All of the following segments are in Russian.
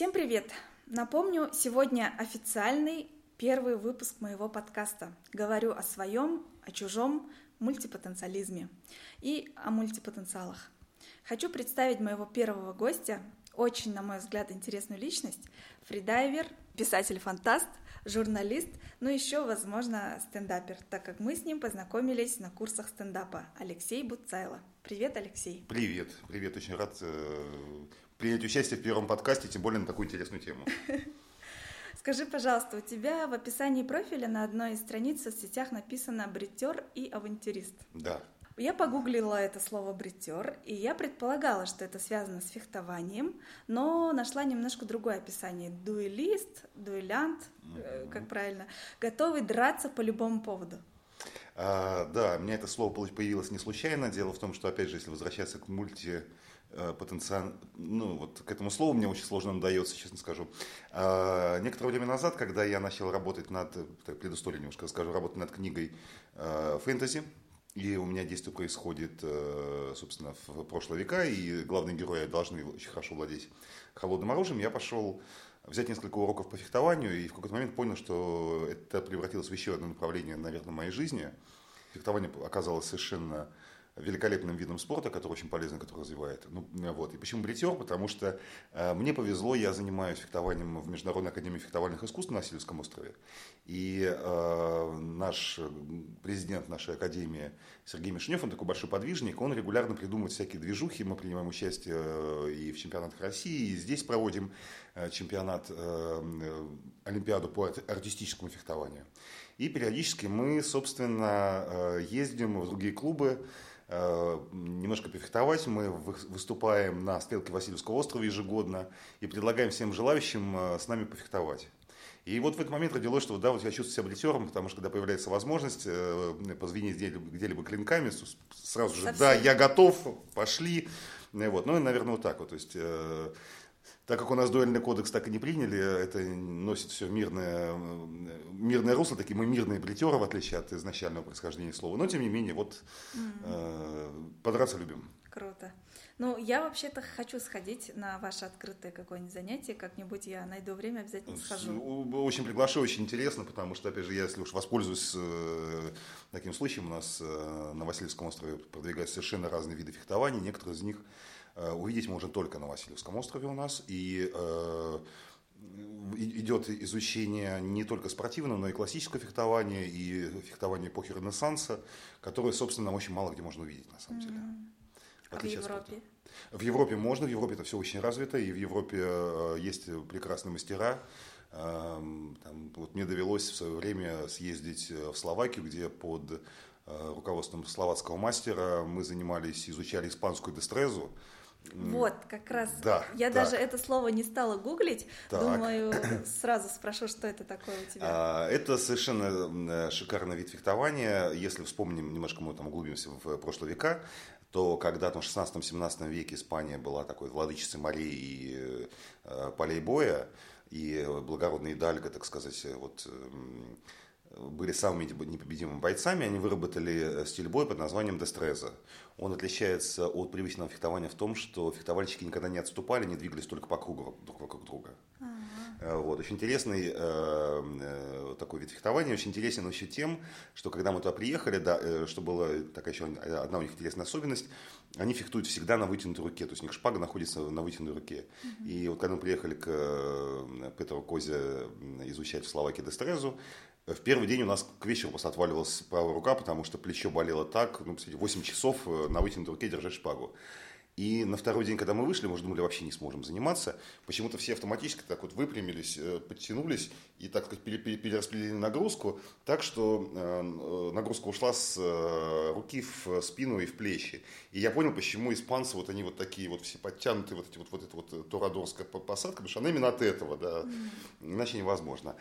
Всем привет! Напомню, сегодня официальный первый выпуск моего подкаста. Говорю о своем, о чужом мультипотенциализме и о мультипотенциалах. Хочу представить моего первого гостя, очень, на мой взгляд, интересную личность, фридайвер, писатель-фантаст, журналист, но еще, возможно, стендапер, так как мы с ним познакомились на курсах стендапа. Алексей Буцайло. Привет, Алексей. Привет, очень рад принять участие в первом подкасте, тем более на такую интересную тему. Скажи, пожалуйста, у тебя в описании профиля на одной из страниц в соцсетях написано «бритер» и «авантюрист». Да. Я погуглила это слово «бритер», и я предполагала, что это связано с фехтованием, но нашла немножко другое описание. Дуэлист, дуэлянт, как правильно, готовый драться по любому поводу. Да, у меня это слово появилось не случайно. Дело в том, что, опять же, если возвращаться к к этому слову мне очень сложно дается, честно скажу. Некоторое время назад, когда я начал работать предысторию немножко расскажу, работать над книгой фэнтези, и у меня действие происходит, собственно, в прошлые века, и главные герои должны очень хорошо владеть холодным оружием, я пошел взять несколько уроков по фехтованию, и в какой-то момент понял, что это превратилось в еще одно направление, наверное, моей жизни. Фехтование оказалось совершенно великолепным видом спорта, который очень полезен, который развивает. И почему бритер? Потому что мне повезло, я занимаюсь фехтованием в Международной академии фехтовальных искусств на Васильевском острове. И наш президент нашей академии Сергей Мишнев, он такой большой подвижник, он регулярно придумывает всякие движухи, мы принимаем участие и в чемпионатах России, и здесь проводим чемпионат, олимпиаду по артистическому фехтованию. И периодически мы, собственно, ездим в другие клубы, немножко пофехтовать. Мы выступаем на стрелке Васильевского острова ежегодно и предлагаем всем желающим с нами пофехтовать. И вот в этот момент родилось, что я чувствую себя бритером, потому что когда появляется возможность позвенеть где-либо клинками, сразу же, да, я готов, пошли. И, наверное, вот так вот. То есть, так как у нас дуэльный кодекс так и не приняли, это носит все мирное русло, такие мы мирные бритеры, в отличие от изначального происхождения слова. Но, тем не менее, подраться любим. Круто. Я вообще-то хочу сходить на ваше открытое какое-нибудь занятие, как-нибудь я найду время, обязательно схожу. Очень приглашаю, очень интересно, потому что, опять же, я, если уж воспользуюсь таким случаем, у нас на Васильевском острове продвигаются совершенно разные виды фехтования, некоторые из них увидеть можно только на Васильевском острове у нас, и идет изучение не только спортивного, но и классического фехтования, и фехтования эпохи Ренессанса, которое, собственно, очень мало где можно увидеть, на самом деле. А в Европе? В Европе можно, в Европе это все очень развито, и в Европе есть прекрасные мастера. Мне довелось в свое время съездить в Словакию, где под руководством словацкого мастера мы изучали испанскую дестрезу. Вот, как раз. Да, я даже это слово не стала гуглить. Так. Думаю, сразу спрошу, что это такое у тебя. Это совершенно шикарный вид фехтования. Если вспомним, немножко мы углубимся в прошлые века, то когда-то в 16-17 веке Испания была такой владычицей морей и полей боя, и благородные Идальго, так сказать, были самыми непобедимыми бойцами, они выработали стиль боя под названием дестреза. Он отличается от привычного фехтования в том, что фехтовальщики никогда не отступали, не двигались только по кругу друг вокруг друга. Очень интересный такой вид фехтования, очень интересен еще тем, что когда мы туда приехали, что была такая еще одна у них интересная особенность, они фехтуют всегда на вытянутой руке, то есть у них шпага находится на вытянутой руке. И когда мы приехали к Петру Козе изучать в Словакии дестрезу, в первый день у нас к вечеру просто отваливалась правая рука, потому что плечо болело так, 8 часов на вытянутой руке держать шпагу. И на второй день, когда мы вышли, мы уже думали, вообще не сможем заниматься. Почему-то все автоматически так выпрямились, подтянулись и, так сказать, перераспределили нагрузку, так что нагрузка ушла с руки в спину и в плечи. И я понял, почему испанцы, они такие все подтянутые, эта торадорская посадка, потому что она именно от этого, да, иначе невозможно.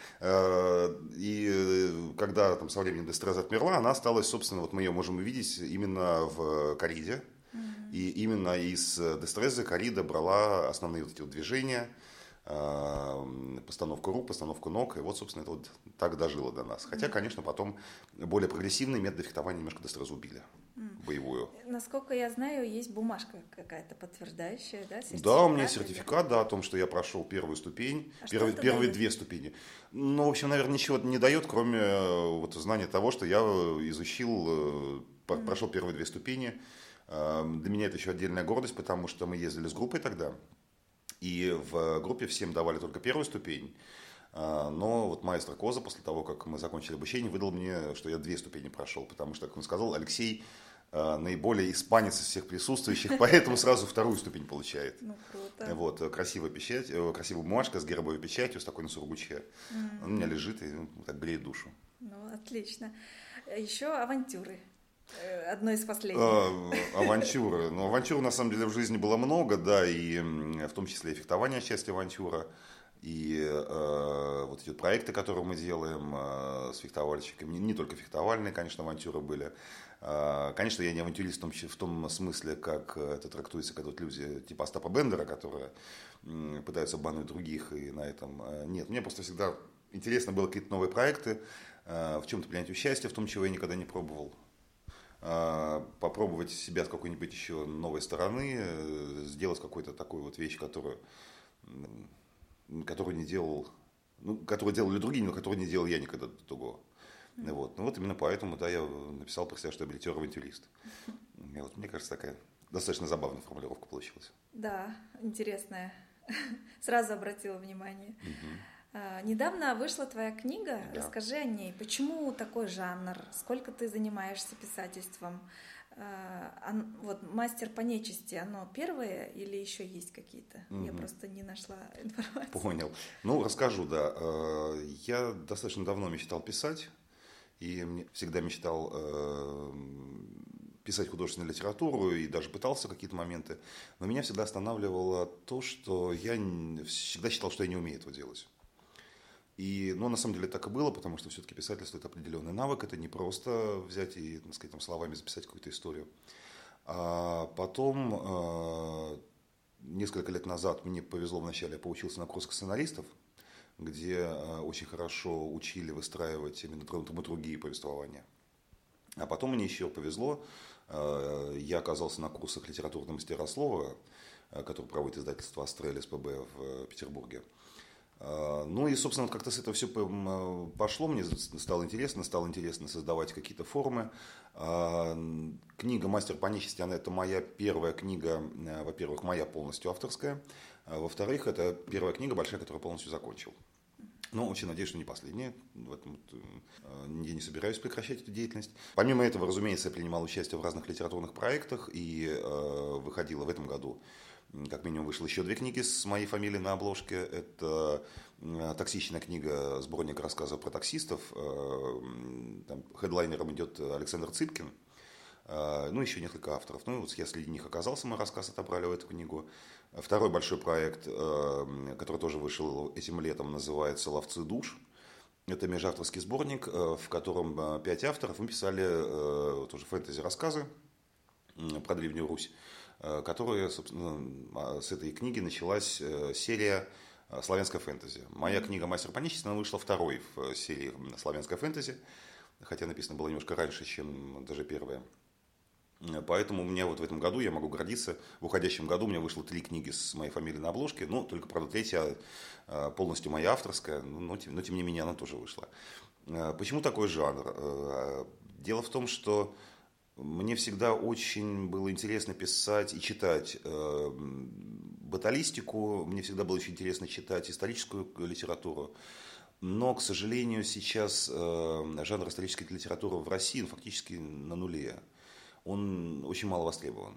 И когда со временем дестреза отмерла, она осталась, собственно, мы ее можем увидеть именно в кориде. И именно из дестрезы корида брала основные движения. постановку рук, постановку ног. И вот, собственно, это вот так дожило до нас. Хотя, конечно, потом более прогрессивные методы фехтования немножко сразубили. Боевую. Насколько я знаю, есть бумажка какая-то подтверждающая, да? Да, у меня сертификат, да, о том, что я прошел первую ступень, первые две ступени. Ну, в общем, наверное, ничего не дает, кроме вот знания того, что я изучил, прошел первые две ступени. Для меня это еще отдельная гордость, потому что мы ездили с группой тогда, и в группе всем давали только первую ступень. Но вот маэстро Коза, после того, как мы закончили обучение, выдал мне, что я 2 ступени прошел, потому что, как он сказал, Алексей наиболее испанец из всех присутствующих, поэтому сразу 2 ступень получает. Ну, круто. Вот, красивая печать, красивая бумажка с гербовой печатью, с такой на сургуче. Он у меня лежит и так греет душу. Ну, отлично. Еще авантюры. Одно из последних. Авантюры. Ну, авантюр, на самом деле, в жизни было много, да, и в том числе и фехтование, часть авантюра. И вот эти вот проекты, которые мы делаем с фехтовальщиками, не только фехтовальные, конечно, авантюры были. Конечно, я не авантюрист в том смысле, как это трактуется, когда вот люди типа Остапа Бендера, которые пытаются обмануть других, и на этом нет. Мне просто всегда интересно было какие-то новые проекты, в чем-то принять участие, в том, чего я никогда не пробовал. Попробовать себя с какой-нибудь еще новой стороны, сделать какую-то такую вот вещь, которую не делал, которую делали другие, но которую не делал я никогда до того. Вот. Ну вот именно поэтому, да, я написал про себя, что я билетер-авантюрист. Вот, мне кажется, такая достаточно забавная формулировка получилась. Да, интересная. Сразу обратила внимание. Недавно вышла твоя книга. Да. Расскажи о ней. Почему такой жанр? Сколько ты занимаешься писательством? Вот «Мастер по нечисти», оно первое или еще есть какие-то? Я просто не нашла информацию. Понял. Ну, расскажу, да. Я достаточно давно мечтал писать. И всегда мечтал писать художественную литературу и даже пытался в какие-то моменты. Но меня всегда останавливало то, что я всегда считал, что я не умею этого делать. И, на самом деле так и было, потому что все-таки писательство – это определенный навык. Это не просто взять и, так сказать, там, словами записать какую-то историю. А потом, несколько лет назад, мне повезло вначале, я поучился на курсах сценаристов, где очень хорошо учили выстраивать именно драматургию повествования. А потом мне еще повезло, я оказался на курсах литературного мастерослова, который проводит издательство «Астрель» СПБ в Петербурге. Ну и, собственно, как-то с этого все пошло, мне стало интересно создавать какие-то формы. Книга «Мастер по нечисти», это моя первая книга, во-первых, моя полностью авторская, во-вторых, это первая книга большая, которую я полностью закончил. Но очень надеюсь, что не последняя. В этом я не собираюсь прекращать эту деятельность. Помимо этого, разумеется, я принимал участие в разных литературных проектах и выходила в этом году. Как минимум вышло еще 2 книги с моей фамилией на обложке. Это токсичная книга, сборник рассказов про таксистов. Там хедлайнером идет Александр Цыпкин. Ну, еще несколько авторов. Ну, вот я среди них оказался, мой рассказ отобрали в эту книгу. Второй большой проект, который тоже вышел этим летом, называется «Ловцы душ». Это межавторский сборник, в котором 5 авторов. Мы писали тоже фэнтези-рассказы про Древнюю Русь, которые, собственно, с этой книги началась серия славянской фэнтези. Моя книга «Мастер по нечисти» вышла второй в серии славянской фэнтези, хотя написано было немножко раньше, чем даже первая. Поэтому у меня вот в этом году, я могу гордиться, в уходящем году у меня вышло 3 книги с моей фамилией на обложке, только, правда, 3-я полностью моя авторская, но тем не менее она тоже вышла. Почему такой жанр? Дело в том, что мне всегда очень было интересно писать и читать баталистику, мне всегда было очень интересно читать историческую литературу. Но, к сожалению, сейчас жанр исторической литературы в России фактически на нуле. Он очень мало востребован.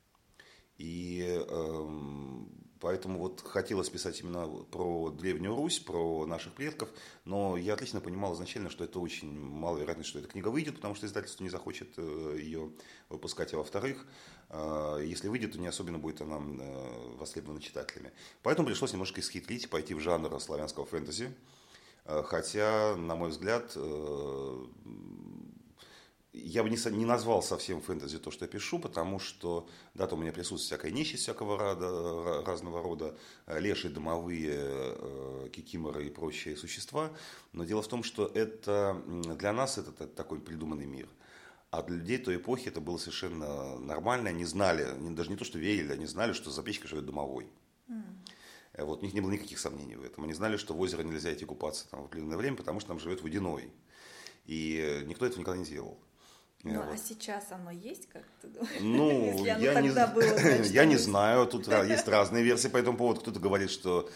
И поэтому вот хотелось писать именно про Древнюю Русь, про наших предков, но я отлично понимал изначально, что это очень маловероятно, что эта книга выйдет, потому что издательство не захочет ее выпускать, а во-вторых, если выйдет, то не особенно будет она востребована читателями. Поэтому пришлось немножко исхитрить, пойти в жанр славянского фэнтези, хотя, на мой взгляд, я бы не назвал совсем фэнтези то, что я пишу, потому что, да, там у меня присутствует всякая нечисть всякого разного рода, леши, домовые, кикиморы и прочие существа. Но дело в том, что это для нас это такой придуманный мир. А для людей той эпохи это было совершенно нормально. Они знали, даже не то, что верили, они знали, что за печкой живет домовой. Вот, у них не было никаких сомнений в этом. Они знали, что в озеро нельзя идти купаться там, в определенное время, потому что там живет водяной. И никто этого никогда не делал. Ну, а сейчас оно есть, как ты думаешь? Ну, я не знаю, тут есть разные версии по этому поводу. Кто-то говорит, что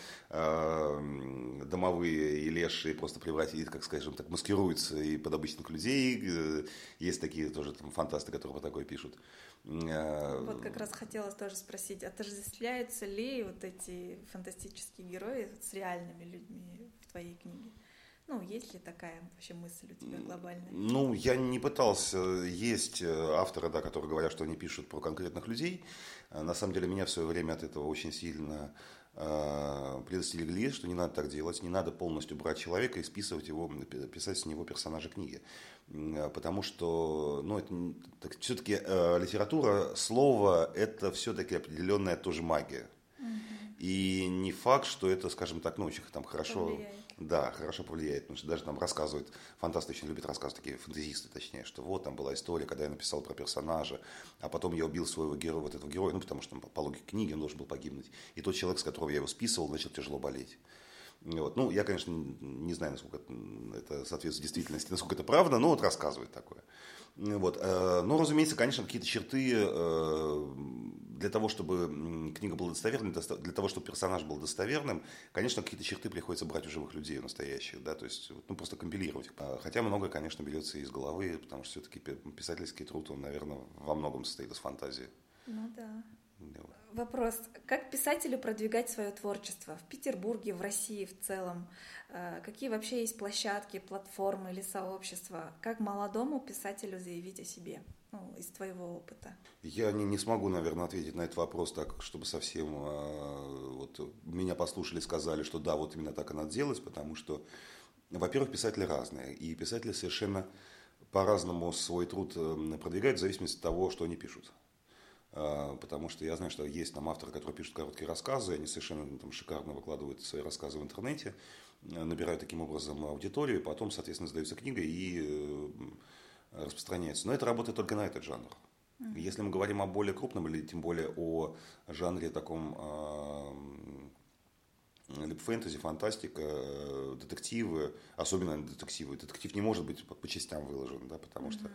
домовые и леши просто превратились, как скажем так, маскируются и под обычных людей. Есть такие тоже там фантасты, которые по такое пишут. Вот как раз хотела тоже спросить, отождествляются ли вот эти фантастические герои с реальными людьми в твоей книге? Ну, есть ли такая вообще мысль у тебя глобальная? Ну, я не пытался. Есть авторы, да, которые говорят, что они пишут про конкретных людей. На самом деле, меня в свое время от этого очень сильно предостерегли, что не надо так делать, не надо полностью брать человека и списывать его, писать с него персонажа книги. Потому что, ну, это все-таки литература, слово, это все-таки определенная тоже магия. И не факт, что это, скажем так, ну, очень там хорошо... Повлияет. Да, хорошо повлияет, потому что даже там рассказывают, фантасты очень любят рассказывать, такие фэнтезисты точнее, что вот там была история, когда я написал про персонажа, а потом я убил своего героя, вот этого героя, ну потому что по логике книги он должен был погибнуть. И тот человек, с которого я его списывал, начал тяжело болеть. Вот. Ну, я, конечно, не знаю, насколько это соответствует действительности, насколько это правда, но вот рассказывают такое. Вот. Но, разумеется, конечно, какие-то черты для того, чтобы книга была достоверной, для того, чтобы персонаж был достоверным, конечно, какие-то черты приходится брать у живых людей, настоящих, да, то есть, ну, просто компилировать. Хотя многое, конечно, берется из головы, потому что все-таки писательский труд, он, наверное, во многом состоит из фантазии. Ну да. Вопрос. Как писателю продвигать свое творчество в Петербурге, в России в целом? Какие вообще есть площадки, платформы или сообщества? Как молодому писателю заявить о себе, ну, из твоего опыта? Я не смогу, наверное, ответить на этот вопрос так, чтобы совсем вот, меня послушали и сказали, что да, вот именно так и надо делать, потому что, во-первых, писатели разные, и писатели совершенно по-разному свой труд продвигают в зависимости от того, что они пишут. Потому что я знаю, что есть там авторы, которые пишут короткие рассказы, они совершенно там шикарно выкладывают свои рассказы в интернете, набирают таким образом аудиторию, потом, соответственно, сдаются книгой и распространяются. Но это работает только на этот жанр. Если мы говорим о более крупном или тем более о жанре таком либо фэнтези, фантастика, детективы, особенно детективы. Детектив не может быть по частям выложен, да, потому что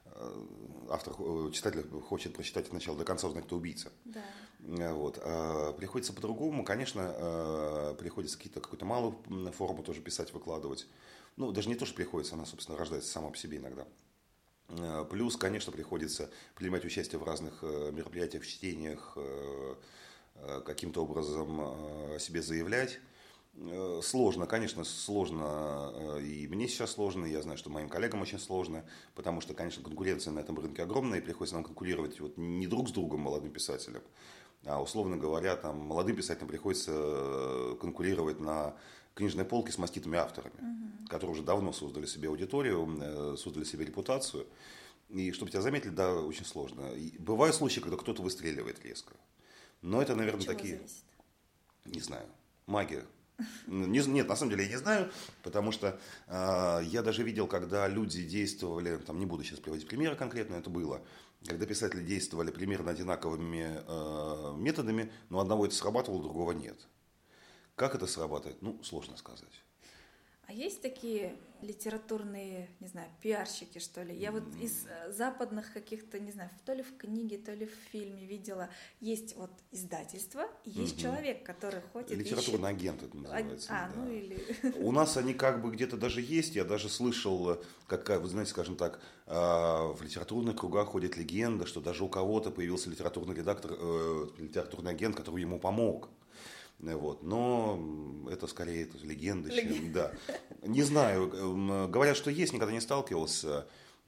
читатель хочет прочитать от начала до конца, узнать, кто убийца. Да. Вот. Приходится по-другому. Конечно, приходится какую-то малую форму тоже писать, выкладывать. Ну, даже не то, что приходится, она, собственно, рождается сама по себе иногда. Плюс, конечно, приходится принимать участие в разных мероприятиях, в чтениях, каким-то образом о себе заявлять. Сложно, конечно, сложно, и мне сейчас сложно, я знаю, что моим коллегам очень сложно, потому что, конечно, конкуренция на этом рынке огромная, и приходится нам конкурировать вот не друг с другом, молодым писателям, а, условно говоря, там, молодым писателям приходится конкурировать на книжной полке с маститыми авторами, которые уже давно создали себе аудиторию, создали себе репутацию, и чтобы тебя заметили, да, очень сложно. И бывают случаи, когда кто-то выстреливает резко, но это, наверное, такие... Зависит? Не знаю, магия. Нет, на самом деле я не знаю, потому что я даже видел, когда люди действовали, там, не буду сейчас приводить примеры конкретно, это было, когда писатели действовали примерно одинаковыми методами, но одного это срабатывало, другого нет. Как это срабатывает? Ну, сложно сказать. А есть такие литературные, не знаю, пиарщики, что ли? Я вот из западных каких-то, не знаю, то ли в книге, то ли в фильме видела, есть вот издательство, и есть человек, который ходит, литературный агент это называется. Да. Ну или... У нас они как бы где-то даже есть, я даже слышал, вы знаете, скажем так, в литературных кругах ходит легенда, что даже у кого-то появился литературный редактор, литературный агент, который ему помог. Вот. Но это скорее легенда, чем... Да. Не знаю, говорят, что есть, никогда не сталкивался.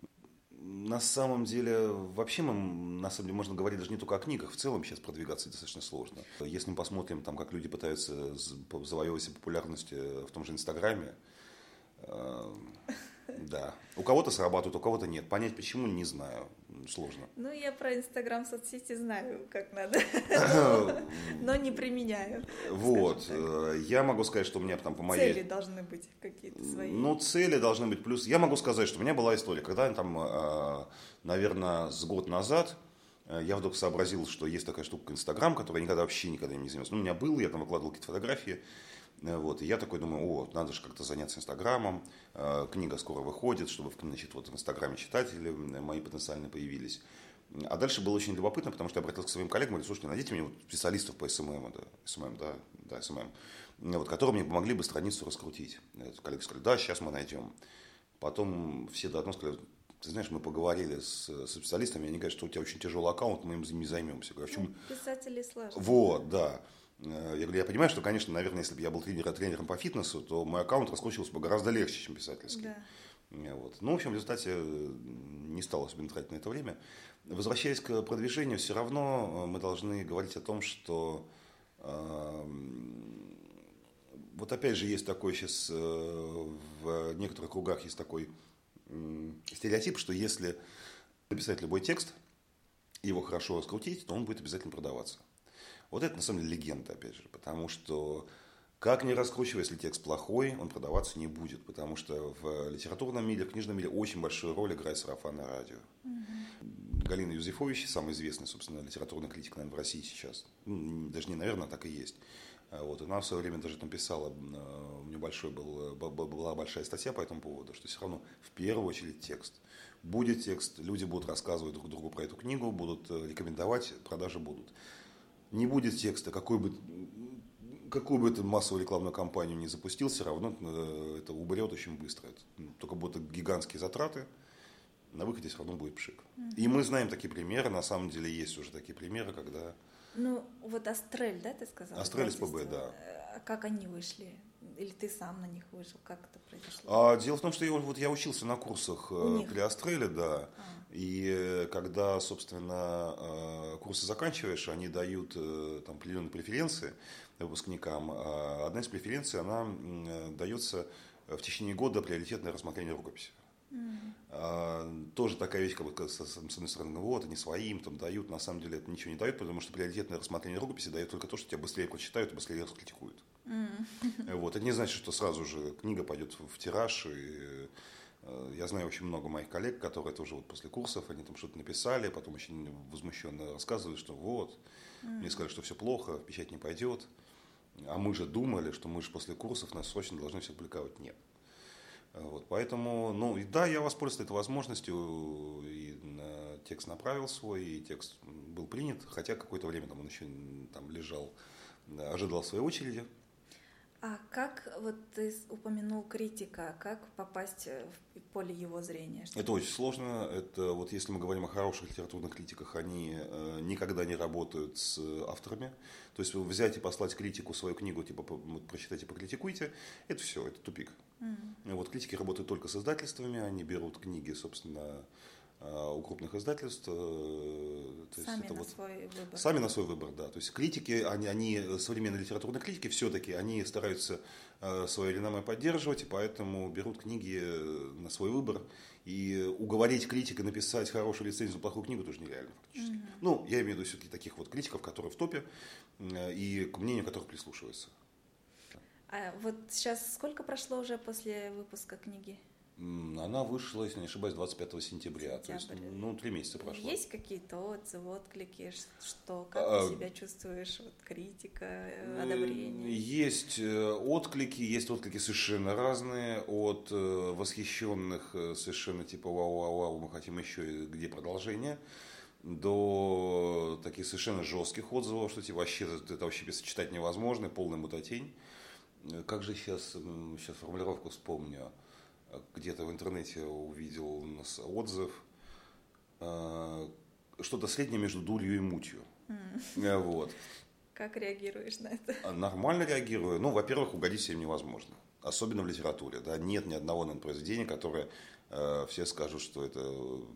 На самом деле, вообще, на самом деле, можно говорить даже не только о книгах, в целом сейчас продвигаться достаточно сложно. Если мы посмотрим, там, как люди пытаются завоевывать себе популярность в том же Инстаграме, Да. У кого-то срабатывает, у кого-то нет. Понять почему, не знаю. Сложно. Ну, я про Инстаграм соцсети знаю, как надо, но не применяю. Вот. Я могу сказать, что у меня там по моей... Цели должны быть какие-то свои. Ну, цели должны быть. Плюс я могу сказать, что у меня была история, когда там, наверное, с год назад я вдруг сообразил, что есть такая штука, как Инстаграм, которой я никогда им не занимался. Ну, у меня был, я там выкладывал какие-то фотографии. Вот, и я такой думаю, надо же как-то заняться Инстаграмом, книга скоро выходит, чтобы, значит, вот в Инстаграме читатели мои потенциальные появились. А дальше было очень любопытно, потому что я обратился к своим коллегам, говорю, слушайте, найдите мне вот специалистов по СММ, СММ, вот, которые мне помогли бы страницу раскрутить. Коллеги сказали, да, сейчас мы найдем. Потом все до одного сказали, ты знаешь, мы поговорили с специалистами, они говорят, что у тебя очень тяжелый аккаунт, мы им не займемся. Я говорю, писатели сложно. Вот, да. Я говорю, я понимаю, что, конечно, наверное, если бы я был тренером по фитнесу, то мой аккаунт раскручивался бы гораздо легче, чем писательский. Да. Вот. Ну, в общем, в результате не стал особенно тратить на это время. Возвращаясь к продвижению, все равно мы должны говорить о том, что вот опять же есть такой сейчас, в некоторых кругах есть такой стереотип, что если написать любой текст, его хорошо раскрутить, то он будет обязательно продаваться. Вот это на самом деле легенда, опять же, потому что как ни раскручивай, если текст плохой, он продаваться не будет, потому что в литературном мире, в книжном мире очень большую роль играет сарафанное радио. Галина Юзефович, самый известный, собственно, литературный критик, наверное, в России сейчас, даже не, наверное, так и есть. Вот, она в свое время даже там писала, у нее была большая статья по этому поводу, что все равно в первую очередь текст. Будет текст, люди будут рассказывать друг другу про эту книгу, будут рекомендовать, продажи будут. Не будет текста, какую бы ты массовую рекламную кампанию не запустил, все равно это уберет очень быстро. Только будут гигантские затраты, на выходе все равно будет пшик. И мы знаем такие примеры, на самом деле есть уже такие примеры, когда... Ну, вот Астрель, да, ты сказал? Астрель СПБ, да. Как они вышли? Или ты сам на них вышел? Как это произошло? Дело в том, что я учился на курсах при Астреле, да. И когда, собственно, курсы заканчиваешь, они дают там определенные преференции выпускникам. Одна из преференций, она дается в течение года приоритетное рассмотрение рукописи. Тоже такая вещь, как бы, с одной стороны, вот, они своим там дают, на самом деле это ничего не дает, потому что приоритетное рассмотрение рукописи дает только то, что тебя быстрее прочитают и быстрее раскритикуют. Вот. Это не значит, что сразу же книга пойдет в тираж. И я знаю очень много моих коллег, которые тоже вот после курсов, они там что-то написали, потом очень возмущенно рассказывали, что вот, мне сказали, что все плохо, в печать не пойдет. А мы же думали, что мы же после курсов нас срочно должны все публиковать. Нет. Вот, поэтому, да, я воспользовался этой возможностью, и текст направил свой, и текст был принят, хотя какое-то время там он еще там лежал, ожидал своей очереди. А как, вот ты упомянул критика, как попасть в поле его зрения? Это очень сложно. Это вот если мы говорим о хороших литературных критиках, они никогда не работают с авторами. То есть взять и послать критику свою книгу, типа прочитайте, покритикуйте, это все, это тупик. Вот критики работают только с издательствами, они берут книги, собственно, у крупных издательств. Сами на свой выбор. Сами на свой выбор, да. То есть критики, они современные литературные критики, все-таки они стараются свое реноме поддерживать, и поэтому берут книги на свой выбор. И уговорить критика написать хорошую рецензию на плохую книгу тоже нереально фактически. Я имею в виду все-таки таких вот критиков, которые в топе, и к мнению которых прислушиваются. А вот сейчас сколько прошло уже после выпуска книги? Она вышла, если не ошибаюсь, 25 сентября. То есть, 3 месяца прошло. Есть какие-то отзывы, отклики, как ты себя чувствуешь, вот, критика, одобрение? Есть отклики совершенно разные, от восхищенных совершенно типа вау, мы хотим еще, и где продолжение, до таких совершенно жестких отзывов, что типа это вообще читать невозможно, полная мутатень. Как же сейчас формулировку вспомню. Где-то в интернете увидел у нас отзыв, что-то среднее между дурью и мутью. Вот. Как реагируешь на это? Нормально реагирую. Во-первых, угодить всем невозможно. Особенно в литературе. Да? Нет ни одного, наверное, произведения, которое все скажут, что это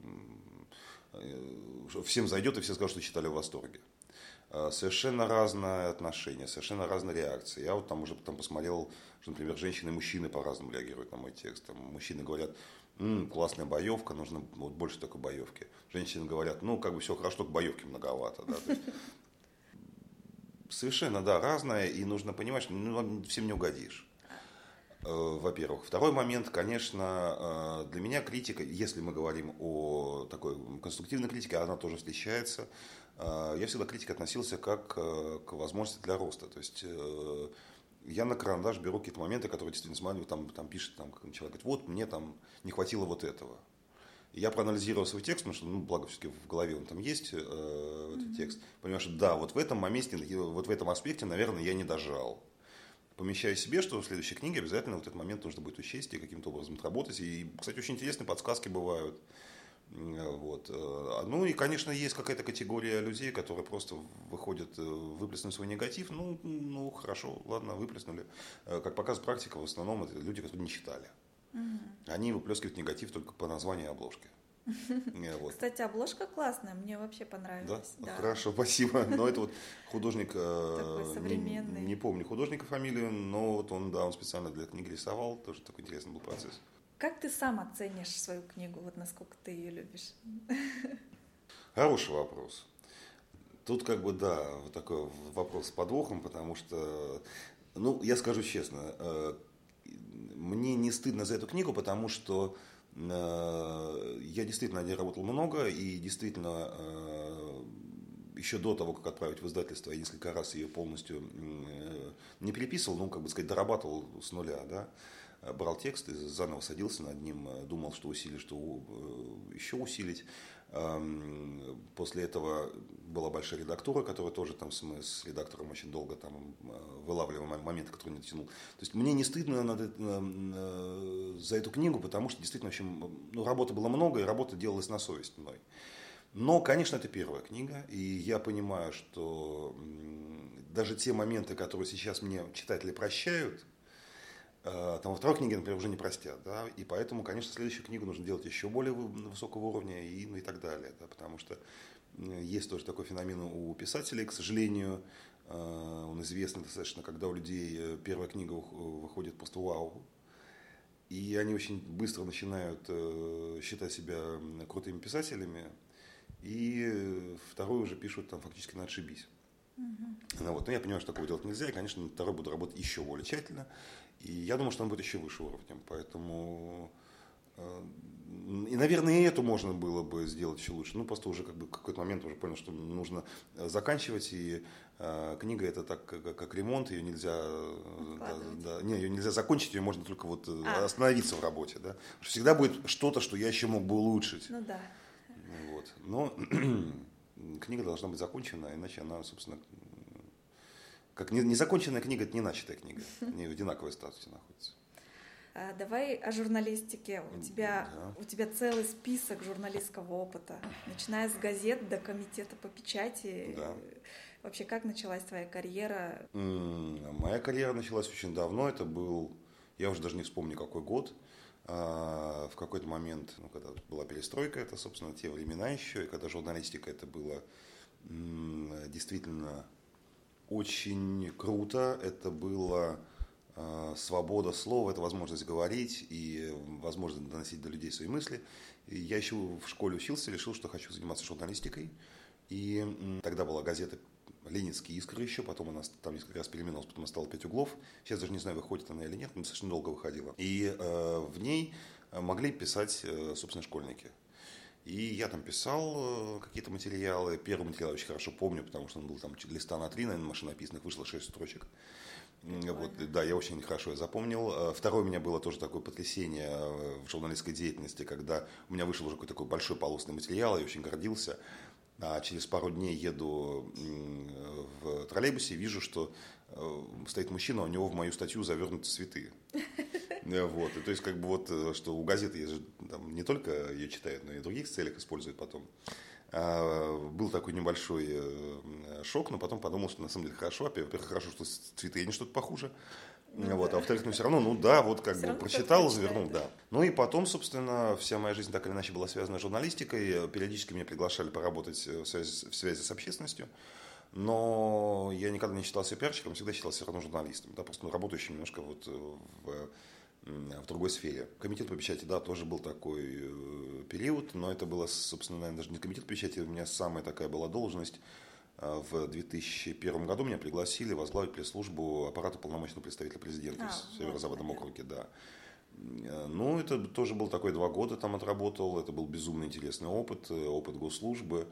всем зайдет, и все скажут, что читали в восторге. Совершенно разное отношение, совершенно разные реакции. Я вот там уже посмотрел, что, например, женщины и мужчины по-разному реагируют на мой текст. Там мужчины говорят, Классная боевка, нужно вот больше такой боевки. Женщины говорят, ну, как бы все хорошо, только боевки многовато. Да? То есть, совершенно, да, разное, и нужно понимать, что всем не угодишь. Во-первых. Второй момент, конечно, для меня критика, если мы говорим о такой конструктивной критике, она тоже встречается. Я всегда к критике относился как к возможности для роста. То есть я на карандаш беру какие-то моменты, которые действительно смотрю, там пишет, как человек говорит, вот мне там не хватило вот этого. И я проанализировал свой текст, потому что, благо, все-таки в голове он там есть, этот текст. Понимаю, что да, вот в этом моменте, вот в этом аспекте, наверное, я не дожал. Помещаю себе, что в следующей книге обязательно вот этот момент нужно будет учесть и каким-то образом отработать. И, кстати, очень интересные подсказки бывают. Вот. Ну и, конечно, есть какая-то категория людей, которые просто выходят, выплеснуть свой негатив. Ну хорошо, ладно, выплеснули. Как показывает практика, в основном это люди, которые не читали. Они выплескивают негатив только по названию обложки. Вот. Кстати, обложка классная, мне вообще понравилась. Да? Хорошо, спасибо. Но это вот художник, такой современный. Не помню художника фамилию, но вот он специально для книги рисовал, тоже такой интересный был процесс. Как ты сам оценишь свою книгу, вот насколько ты ее любишь? Хороший вопрос. Тут да, вот такой вопрос с подвохом, потому что, я скажу честно, мне не стыдно за эту книгу, потому что я действительно над ней работал много, и действительно еще до того, как отправить в издательство, я несколько раз ее полностью не переписывал, дорабатывал с нуля, да. Брал текст и заново садился над ним, думал, что усилить, что еще усилить. После этого была большая редактура, которая тоже там с редактором очень долго там вылавливала моменты, которые не тянул. То есть мне не стыдно за эту книгу, потому что действительно работы было много, и работа делалась на совесть мной. Но, конечно, это первая книга, и я понимаю, что даже те моменты, которые сейчас мне читатели прощают, там во второй книге, например, уже не простят, да, и поэтому, конечно, следующую книгу нужно делать еще более высокого уровня и так далее, да, потому что есть тоже такой феномен у писателей, к сожалению, он известный достаточно, когда у людей первая книга выходит просто вау, и они очень быстро начинают считать себя крутыми писателями, и вторую уже пишут там фактически на отшибись. Но я понимаю, что такого делать нельзя, и, конечно, второй буду работать еще более тщательно. И я думаю, что он будет еще выше уровнем. Поэтому, и, наверное, и эту можно было бы сделать еще лучше. Просто уже в какой-то момент уже понял, что нужно заканчивать. И книга это так, как ремонт, ее нельзя, ее нельзя закончить, ее можно только остановиться в работе. Да? Всегда будет что-то, что я еще мог бы улучшить. Ну да. Но книга должна быть закончена, иначе она, собственно, как незаконченная книга, это не начатая книга. Они в одинаковой статусе находятся. Давай о журналистике. У тебя целый список журналистского опыта, начиная с газет до комитета по печати. Да. Вообще, как началась твоя карьера? Моя карьера началась очень давно. Это был, я уже даже не вспомню, какой год. В какой-то момент, когда была перестройка, это, собственно, те времена еще, и когда журналистика это было действительно очень круто, это была свобода слова, это возможность говорить и возможность доносить до людей свои мысли. И я еще в школе учился, решил, что хочу заниматься журналистикой. И тогда была газета «Ленинские искры» еще, потом она там несколько раз переименовалась, потом она стала «5 углов». Сейчас даже не знаю, выходит она или нет, но достаточно долго выходила. И в ней могли писать, собственно, школьники. И я там писал какие-то материалы. Первый материал я очень хорошо помню, потому что он был там листа на 3, наверное, машинописных, вышло 6 строчек. Да, я очень хорошо это запомнил. Второе у меня было тоже такое потрясение в журналистской деятельности, когда у меня вышел уже какой-то такой большой полосный материал, я очень гордился. А через пару дней еду в троллейбусе, вижу, что стоит мужчина, у него в мою статью завернуты цветы. И то есть, что у газеты есть же, там, не только ее читают, но и в других целях используют потом. Был такой небольшой шок, но потом подумал, что на самом деле хорошо. Во-первых, хорошо, что цветы не что-то похуже. А во-вторых, все равно, прочитал, завернул, да. Ну и потом, собственно, вся моя жизнь так или иначе была связана с журналистикой. Периодически меня приглашали поработать в связи с общественностью. Но я никогда не считал себя пиарщиком, всегда считал себя равно журналистом. Да, просто работающим немножко в другой сфере. Комитет по печати, да, тоже был такой период, но это было, собственно, наверное, даже не комитет по печати, у меня самая такая была должность. В 2001 году меня пригласили возглавить пресс-службу аппарата полномочного представителя президента в Северо-Западном округе, да. Ну, это тоже был такой 2 года там отработал, это был безумно интересный опыт госслужбы,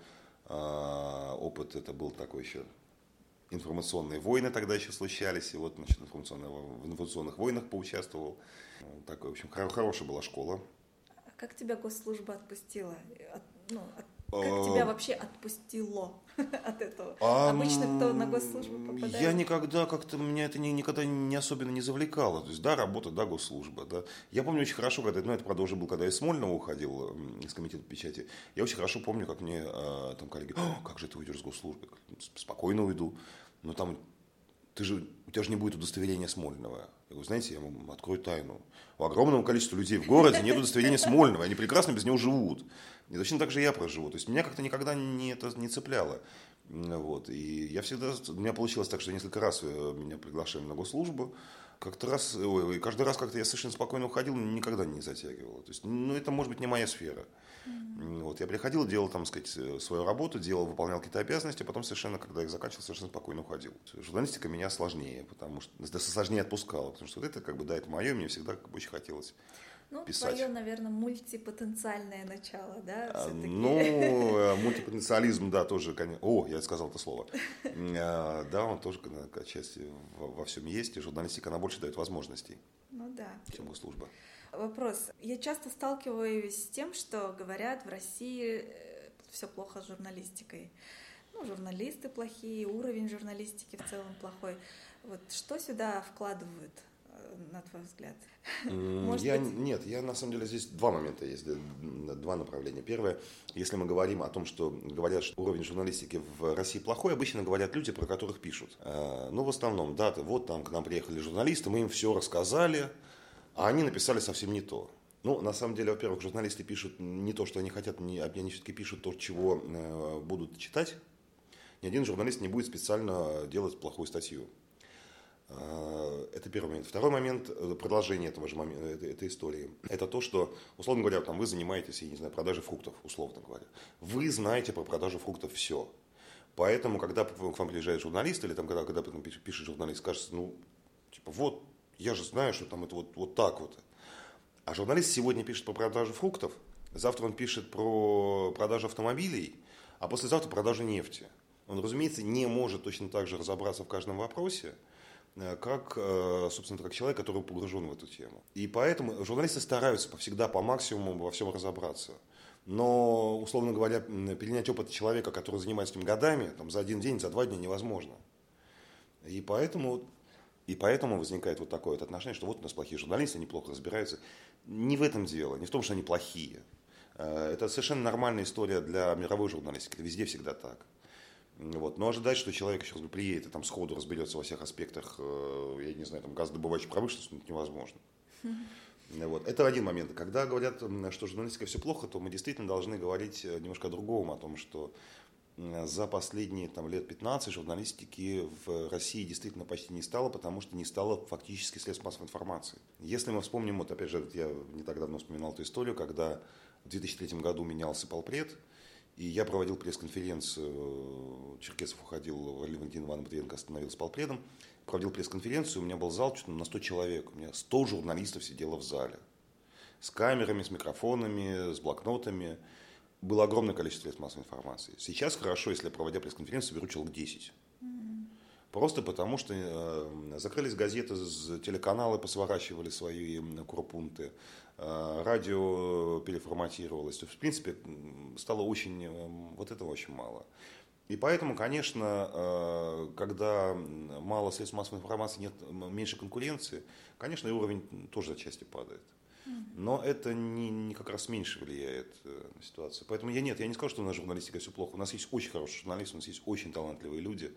опыт это был такой еще, информационные войны тогда еще случались, и вот, значит, в информационных войнах поучаствовал. Такой, в общем, хорошая была школа. А как тебя госслужба отпустила? Как тебя вообще отпустило от этого? Обычно кто на госслужбу попадает? Я никогда как-то, меня это никогда не особенно не завлекало. То есть, да, работа, да, госслужба, да. Я помню очень хорошо, когда, это, правда, уже был, когда я из Смольного уходил, из комитета печати, я очень хорошо помню, как мне там коллеги, как же ты уйдешь с госслужбы? Спокойно уйду. Но там, у тебя же не будет удостоверения Смольного. Я говорю, знаете, я вам открою тайну. У огромного количества людей в городе нет удостоверения Смольного, они прекрасно без него живут. И точно так же я проживу. То есть меня как-то никогда это не цепляло. Вот. И у меня получилось так, что несколько раз меня приглашали на госслужбу. Каждый раз как-то я совершенно спокойно уходил, никогда не затягивало. То есть, это может быть не моя сфера. Вот, я приходил, делал, там, сказать, свою работу, выполнял какие-то обязанности, а потом совершенно, когда их заканчивал, совершенно спокойно уходил. Журналистика меня сложнее, потому что сложнее отпускала, потому что это, да, это мое, мне всегда очень хотелось писать. Твое, наверное, мультипотенциальное начало, да, все-таки? Мультипотенциализм, да, тоже, конечно. Я сказал это слово. Да, он тоже, отчасти во всем есть, и журналистика, она больше дает возможностей, чем госслужба. Вопрос. Я часто сталкиваюсь с тем, что говорят, в России все плохо с журналистикой. Журналисты плохие, уровень журналистики в целом плохой. Вот что сюда вкладывают, на твой взгляд? Нет, на самом деле здесь 2 момента есть, 2 направления. Первое, если мы говорим о том, что говорят, что уровень журналистики в России плохой, обычно говорят люди, про которых пишут. В основном, да, вот там к нам приехали журналисты, мы им все рассказали, а они написали совсем не то. На самом деле, во-первых, журналисты пишут не то, что они хотят, они все-таки пишут то, чего будут читать. Ни один журналист не будет специально делать плохую статью. Это первый момент. Второй момент, продолжение этого же момента, этой истории, это то, что, условно говоря, там, вы занимаетесь, я не знаю, продажей фруктов, условно говоря. Вы знаете про продажу фруктов все. Поэтому, когда к вам приезжает журналист, или там, когда пишет журналист, кажется, вот, я же знаю, что там это вот так вот. А журналист сегодня пишет про продажу фруктов, завтра он пишет про продажу автомобилей, а послезавтра продажу нефти. Он, разумеется, не может точно так же разобраться в каждом вопросе, как, собственно, как человек, который погружен в эту тему. И поэтому журналисты стараются всегда по максимуму во всем разобраться. Но, условно говоря, перенять опыт человека, который занимается этим годами, там, за 1 день, за 2 дня невозможно. И поэтому возникает вот такое вот отношение, что вот у нас плохие журналисты, они плохо разбираются. Не в этом дело, не в том, что они плохие. Это совершенно нормальная история для мировой журналистики, это везде всегда так. Вот. Но ожидать, что человек еще приедет и там сходу разберется во всех аспектах, я не знаю, там, газодобывающей промышленности, это невозможно. Вот. Это один момент. Когда говорят, что журналистика все плохо, то мы действительно должны говорить немножко о другом, о том, что за последние лет 15 журналистики в России действительно почти не стало, потому что не стало фактически средств массовой информации. Если мы вспомним, вот опять же, я не так давно вспоминал эту историю, когда в 2003 году менялся полпред, и я проводил пресс-конференцию, Черкесов уходил, Валентин Иванович Матвиенко становился полпредом, проводил пресс-конференцию, у меня был зал чуть на 100 человек, у меня 100 журналистов сидело в зале, с камерами, с микрофонами, с блокнотами. Было огромное количество средств массовой информации. Сейчас хорошо, если я, проводя пресс-конференцию, беру человек 10. Просто потому, что закрылись газеты, телеканалы посворачивали свои корпункты, радио переформатировалось. То есть, в принципе, стало этого очень мало. И поэтому, конечно, когда мало средств массовой информации, меньше конкуренции, конечно, и уровень тоже отчасти падает. Но это не как раз меньше влияет на ситуацию. Поэтому я не скажу, что у нас журналистика все плохо. У нас есть очень хорошие журналисты, у нас есть очень талантливые люди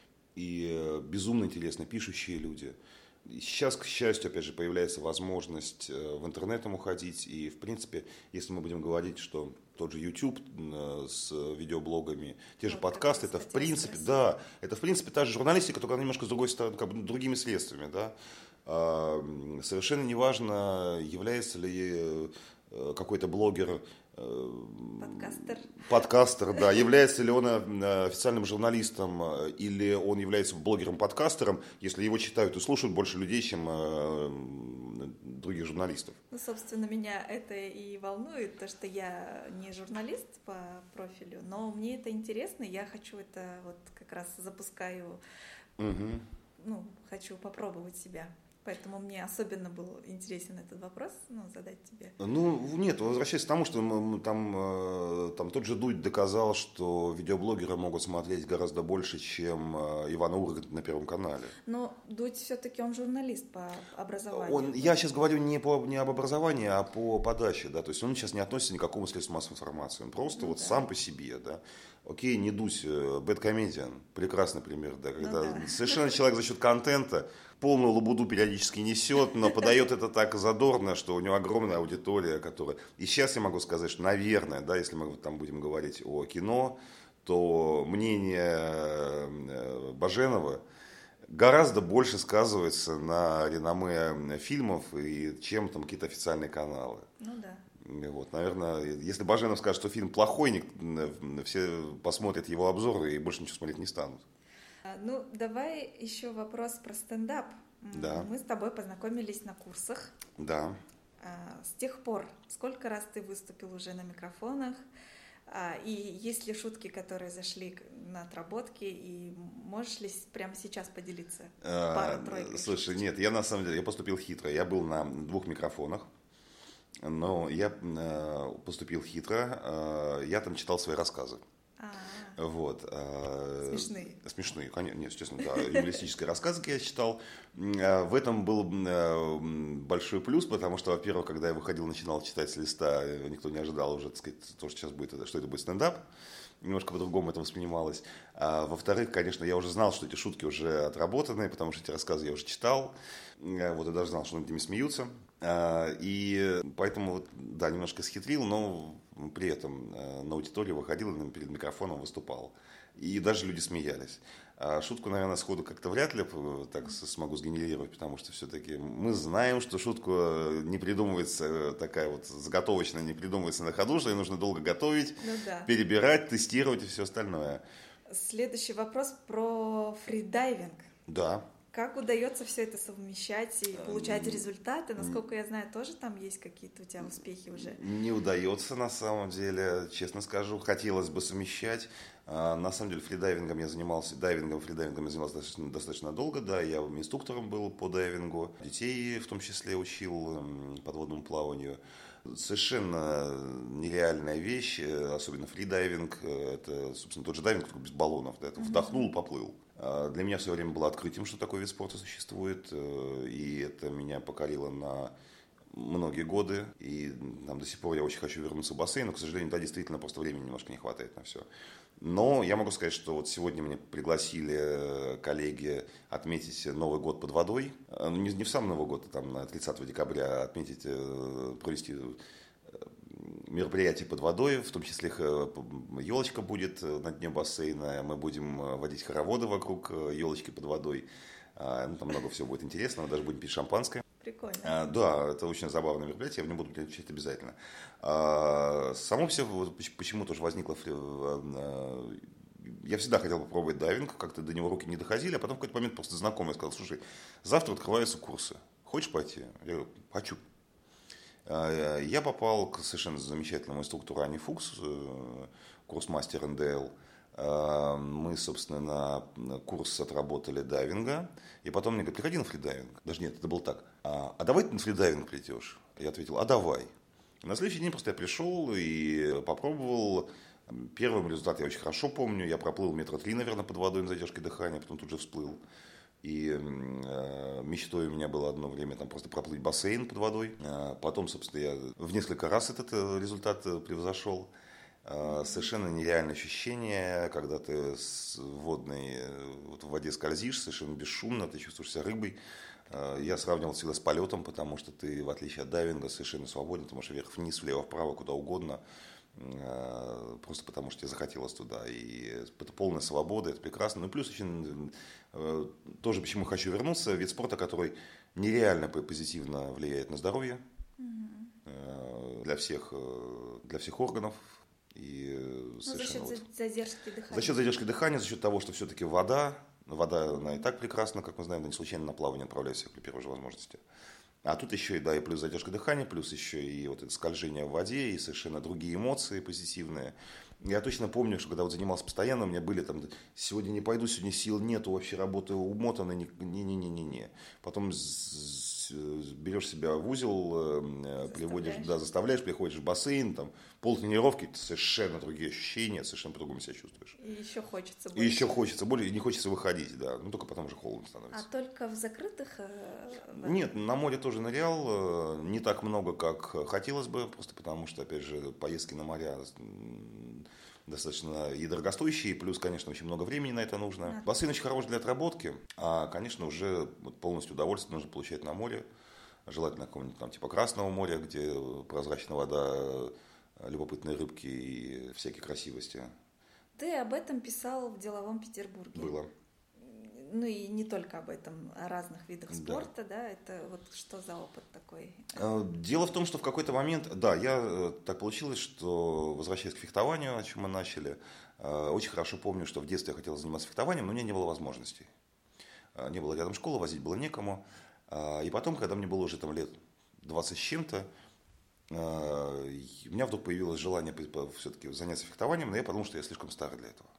и безумно интересно пишущие люди. И сейчас, к счастью, опять же, появляется возможность в интернет уходить. И, в принципе, если мы будем говорить, что тот же YouTube с видеоблогами, те же подкасты, это в принципе та же журналистика, только немножко с другой стороны, другими средствами, да. Совершенно неважно, является ли какой-то блогер подкастер, да, является ли он официальным журналистом или он является блогером-подкастером, если его читают и слушают больше людей, чем других журналистов. Ну, собственно, меня это и волнует, то, что я не журналист по профилю, но мне это интересно, я хочу это вот как раз запускаю, ну, хочу попробовать себя. Поэтому мне особенно был интересен этот вопрос, задать тебе. Ну, нет, возвращаясь к тому, что там тот же Дудь доказал, что видеоблогеры могут смотреть гораздо больше, чем Иван Ургант на Первом канале. Но Дудь все-таки он журналист по образованию. Я сейчас говорю не об образовании, а по подаче, да, то есть он сейчас не относится ни к какому средству массовой информации, он просто сам по себе, да. Окей, не Дудь, Бэдкомедиан, прекрасный пример, да, когда совершенно человек за счет контента полную лабуду периодически несет, но подает это так задорно, что у него огромная аудитория, которая... И сейчас я могу сказать, что, наверное, да, если мы там будем говорить о кино, то мнение Баженова гораздо больше сказывается на реноме фильмов, чем там какие-то официальные каналы. Ну да. Вот, наверное, если Баженов скажет, что фильм плохой, все посмотрят его обзор и больше ничего смотреть не станут. Ну, давай еще вопрос про стендап. Да. Мы с тобой познакомились на курсах. Да. С тех пор сколько раз ты выступил уже на микрофонах? И есть ли шутки, которые зашли на отработки? И можешь ли прямо сейчас поделиться парой-тройкой? Слушай, нет, я на самом деле я поступил хитро. Я был на 2 микрофонах. Но я поступил хитро. Я там читал свои рассказы. Вот. Смешные. Смешные, конечно, нет, честно, да, юмористические рассказы я читал. В этом был большой плюс, потому что, во-первых, когда я выходил, начинал читать с листа, никто не ожидал уже, так сказать, то, что сейчас будет, что это будет стендап. Немножко по-другому это воспринималось. Во-вторых, конечно, я уже знал, что эти шутки уже отработаны, потому что эти рассказы я уже читал. Вот, я даже знал, что над ними смеются. И поэтому, да, немножко схитрил, но при этом на аудиторию выходил и перед микрофоном выступал. И даже люди смеялись. Шутку, наверное, сходу как-то вряд ли так смогу сгенерировать, потому что все-таки мы знаем, что шутку не придумывается такая вот заготовочная, не придумывается на ходу, что ее нужно долго готовить, перебирать, тестировать и все остальное. Следующий вопрос про фридайвинг. Да. Как удается все это совмещать и получать результаты? Насколько я знаю, тоже там есть какие-то у тебя успехи уже? Не удается, на самом деле, честно скажу. Хотелось бы совмещать. На самом деле, фридайвингом я занимался достаточно долго. Да, я инструктором был по дайвингу. Детей в том числе учил подводному плаванию. Совершенно нереальная вещь, особенно фридайвинг. Это, собственно, тот же дайвинг, только без баллонов. Да, это вдохнул, поплыл. Для меня все время было открытием, что такой вид спорта существует, и это меня покорило на многие годы, и там, до сих пор я очень хочу вернуться в бассейн, но, к сожалению, да, действительно, просто времени немножко не хватает на все. Но я могу сказать, что вот сегодня меня пригласили коллеги отметить Новый год под водой, не в сам Новый год, а там на 30 декабря отметить, провести мероприятий под водой, в том числе елочка будет на дне бассейна, мы будем водить хороводы вокруг елочки под водой, там много всего будет интересного, даже будем пить шампанское. Прикольно. Да, это очень забавное мероприятие, я в нем буду участвовать обязательно. Само все, почему тоже возникло, я всегда хотел попробовать дайвинг, как-то до него руки не доходили, а потом в какой-то момент просто знакомый сказал: слушай, завтра открываются курсы, хочешь пойти? Я говорю: хочу. Я попал к совершенно замечательному инструктору Ане Фукс, курс мастер НДЛ. Мы, собственно, на курс отработали дайвинга. И потом мне говорят: приходи на фридайвинг. Даже нет, это было так. А давай ты на фридайвинг придешь? Я ответил: а давай. И на следующий день просто я пришел и попробовал. Первый результат я очень хорошо помню. Я проплыл 3 метра, наверное, под водой на задержкой дыхания, потом тут же всплыл. И мечтой у меня было одно время там просто проплыть бассейн под водой. Потом, собственно, я в несколько раз этот результат превзошел. Совершенно нереальное ощущение, когда ты в воде скользишь, совершенно бесшумно, ты чувствуешь себя рыбой. Я сравнивал всегда с полетом, потому что ты, в отличие от дайвинга, совершенно свободен, ты можешь вверх-вниз, влево-вправо, куда угодно. просто потому что тебе захотелось туда. И это полная свобода, это прекрасно. Ну, плюс очень тоже, почему хочу вернуться, вид спорта, который нереально позитивно влияет на здоровье для всех органов. И за счет задержки дыхания. За счет задержки дыхания, за счет того, что все-таки вода, она и так прекрасна, как мы знаем, не случайно на плавание отправляются при первой же возможности. А тут еще и плюс задержка дыхания, плюс еще и вот это скольжение в воде, и совершенно другие эмоции позитивные. Я точно помню, что когда занимался постоянно, у меня были там, сегодня не пойду, сегодня сил нету, вообще работаю умотанно, не. Потом берешь себя в узел, приводишь, заставляешь, приходишь в бассейн, там, полтренировки, совершенно другие ощущения, совершенно по-другому себя чувствуешь. И еще хочется больше. И еще хочется больше, и не хочется выходить, да. Ну, только потом уже холодно становится. А только в закрытых? Нет, на море тоже нырял, не так много, как хотелось бы, просто потому что, опять же, поездки на моря достаточно и дорогостоящие, плюс, конечно, очень много времени на это нужно. Бассейн очень хорош для отработки, а, конечно, уже полностью удовольствие нужно получать на море, желательно какого-нибудь там типа Красного моря, где прозрачная вода, любопытные рыбки и всякие красивости. Ты об этом писал в «Деловом Петербурге». Было. Ну и не только об этом, о разных видах спорта, да, это вот что за опыт такой? Дело в том, что в какой-то момент, так получилось, что, возвращаясь к фехтованию, о чем мы начали, очень хорошо помню, что в детстве я хотел заниматься фехтованием, но у меня не было возможностей. Не было рядом школы, возить было некому. И потом, когда мне было уже там лет 20 с чем-то, у меня вдруг появилось желание все-таки заняться фехтованием, но я подумал, что я слишком старый для этого.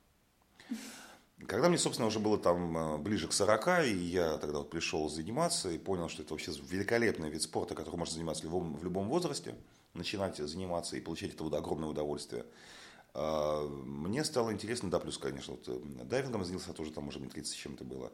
Когда мне, собственно, уже было там ближе к 40, и я тогда вот пришел заниматься и понял, что это вообще великолепный вид спорта, который можно заниматься в любом возрасте, начинать заниматься и получать это огромное удовольствие. Мне стало интересно, плюс, конечно, вот дайвингом занялся, тоже там уже мне 30 с чем-то было.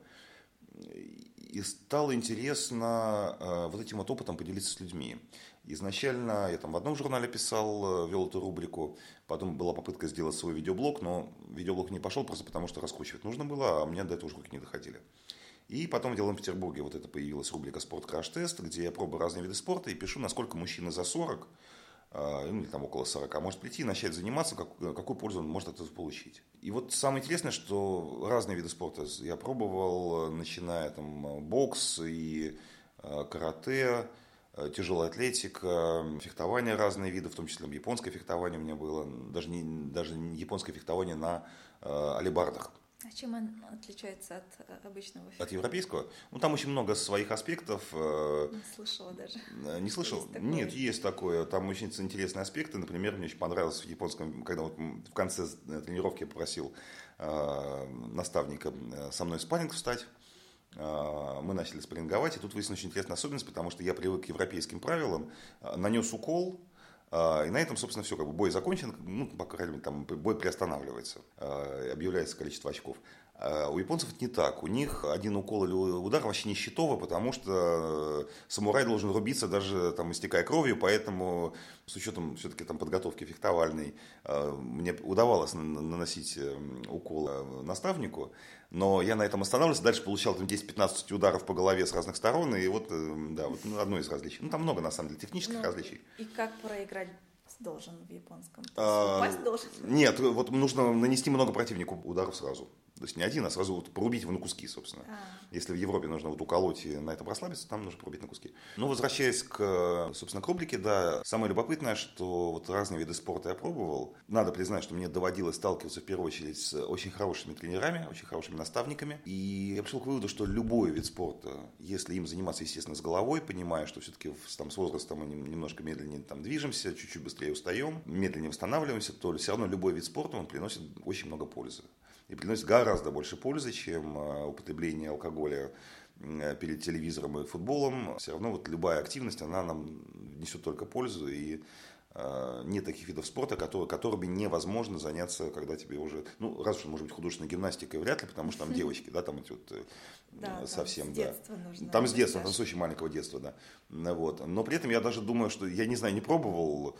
И стало интересно вот этим вот опытом поделиться с людьми. Изначально я там в одном журнале писал, вел эту рубрику, потом была попытка сделать свой видеоблог, но видеоблог не пошел просто потому, что раскручивать нужно было, а у меня до этого уже руки не доходили. И потом в «Деловом Петербурге» вот это появилась рубрика «Спорт краш-тест», где я пробую разные виды спорта и пишу, насколько мужчина за 40, или там около 40, может прийти и начать заниматься, какую пользу он может от этого получить. И вот самое интересное, что разные виды спорта я пробовал, начиная там бокс и карате, тяжелая атлетика, фехтование разные виды, в том числе японское фехтование у меня было, даже не японское фехтование на алебардах. А чем он отличается от обычного фехтования? От европейского? Ну, там очень много своих аспектов. Не слышала даже. Не слышал? Есть такое? Нет, есть такое. Там очень интересные аспекты. Например, мне очень понравилось в японском, когда вот в конце тренировки я попросил наставника со мной в спарринг встать. Мы начали спарринговать, и тут выяснилась очень интересная особенность, потому что я привык к европейским правилам, нанес укол, и на этом, собственно, все, бой закончен, по крайней мере, там бой приостанавливается, объявляется количество очков. У японцев это не так. У них один укол или удар вообще не счетово, потому что самурай должен рубиться, даже там, истекая кровью, поэтому с учетом все-таки там подготовки фехтовальной мне удавалось наносить укол наставнику, но я на этом останавливался, дальше получал там 10-15 ударов по голове с разных сторон, и вот одно из различий. Там много, на самом деле, технических различий. И как проиграть должен в японском? Упасть должен? Нет, вот нужно нанести много противнику ударов сразу. То есть не один, а сразу вот порубить его на куски, собственно. Если в Европе нужно вот уколоть и на этом расслабиться, там нужно порубить на куски. Но возвращаясь к рубрике, да, самое любопытное, что вот разные виды спорта я пробовал. Надо признать, что мне доводилось сталкиваться в первую очередь с очень хорошими тренерами, очень хорошими наставниками. И я пришел к выводу, что любой вид спорта, если им заниматься, естественно, с головой, понимая, что все-таки с возрастом мы немножко медленнее там движемся, чуть-чуть быстрее устаем, медленнее восстанавливаемся, то все равно любой вид спорта, он приносит очень много пользы. И приносит гораздо больше пользы, чем употребление алкоголя перед телевизором и футболом. Все равно вот любая активность, она нам несет только пользу. И нет таких видов спорта, которыми невозможно заняться, когда тебе уже... Ну, разве что, может быть, художественной гимнастикой вряд ли, потому что там девочки, да, там эти вот совсем, да. Там с детства, там с очень маленького детства, да. Вот. Но при этом я даже думаю, что, я не знаю, не пробовал...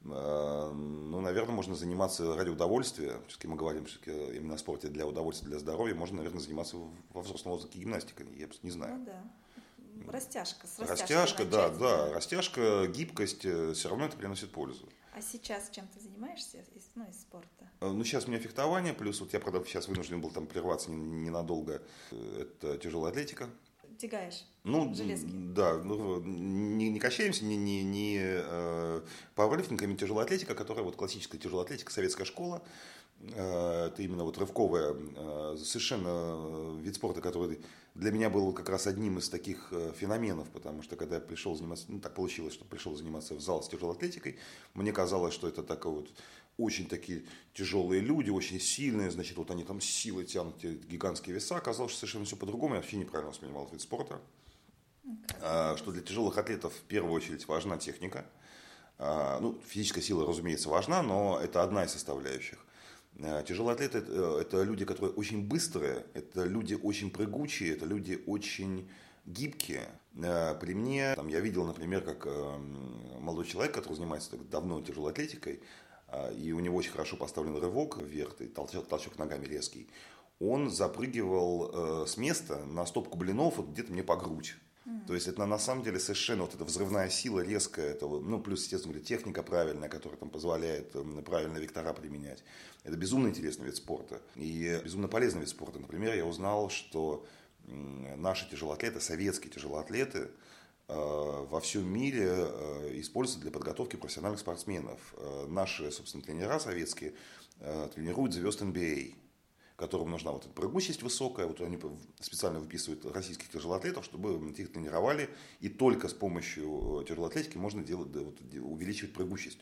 Ну, наверное, можно заниматься ради удовольствия. Все-таки мы говорим, что именно о спорте для удовольствия, для здоровья. Можно, наверное, заниматься во взрослом возрасте гимнастикой. Я просто не знаю. Ну да. Растяжка, с Растяжка, начать, да, растяжка, гибкость, все равно это приносит пользу. А сейчас чем ты занимаешься, из спорта? Ну, сейчас у меня фехтование, плюс вот я, правда, сейчас вынужден был там прерваться ненадолго. Это тяжелая атлетика. Тягаешь? Ну, железки? Да, ну, не качаемся, не пауэрлифтинг, а именно тяжелая атлетика, которая вот классическая тяжелая атлетика, советская школа. Это именно вот рывковая, совершенно вид спорта, который для меня был как раз одним из таких феноменов, потому что когда я пришел заниматься, ну так получилось, что пришел заниматься в зал с тяжелой атлетикой, мне казалось, что это такой вот очень такие тяжелые люди, очень сильные, значит, вот они там с силой тянут эти гигантские веса, оказалось, что совершенно все по-другому, я вообще неправильно воспринимал этот вид спорта, что для тяжелых атлетов в первую очередь важна техника, ну, физическая сила, разумеется, важна, но это одна из составляющих. Тяжелые атлеты это люди, которые очень быстрые, это люди очень прыгучие, это люди очень гибкие. При мне, там, я видел, например, как молодой человек, который занимается так давно тяжелой атлетикой, и у него очень хорошо поставлен рывок вверх, и толчок ногами резкий, он запрыгивал с места на стопку блинов вот где-то мне по грудь. То есть это на самом деле совершенно вот эта взрывная сила резкая, это, ну плюс, естественно, говоря, техника правильная, которая там позволяет правильно вектора применять. Это безумно интересный вид спорта и безумно полезный вид спорта. Например, я узнал, что наши тяжелоатлеты, советские тяжелоатлеты во всем мире используются для подготовки профессиональных спортсменов. Наши, собственно, тренера советские тренируют звезд NBA, которым нужна вот эта прыгучесть высокая, вот они специально выписывают российских тяжелоатлетов, чтобы их тренировали, и только с помощью тяжелой атлетики можно делать, да, вот, увеличивать прыгучесть.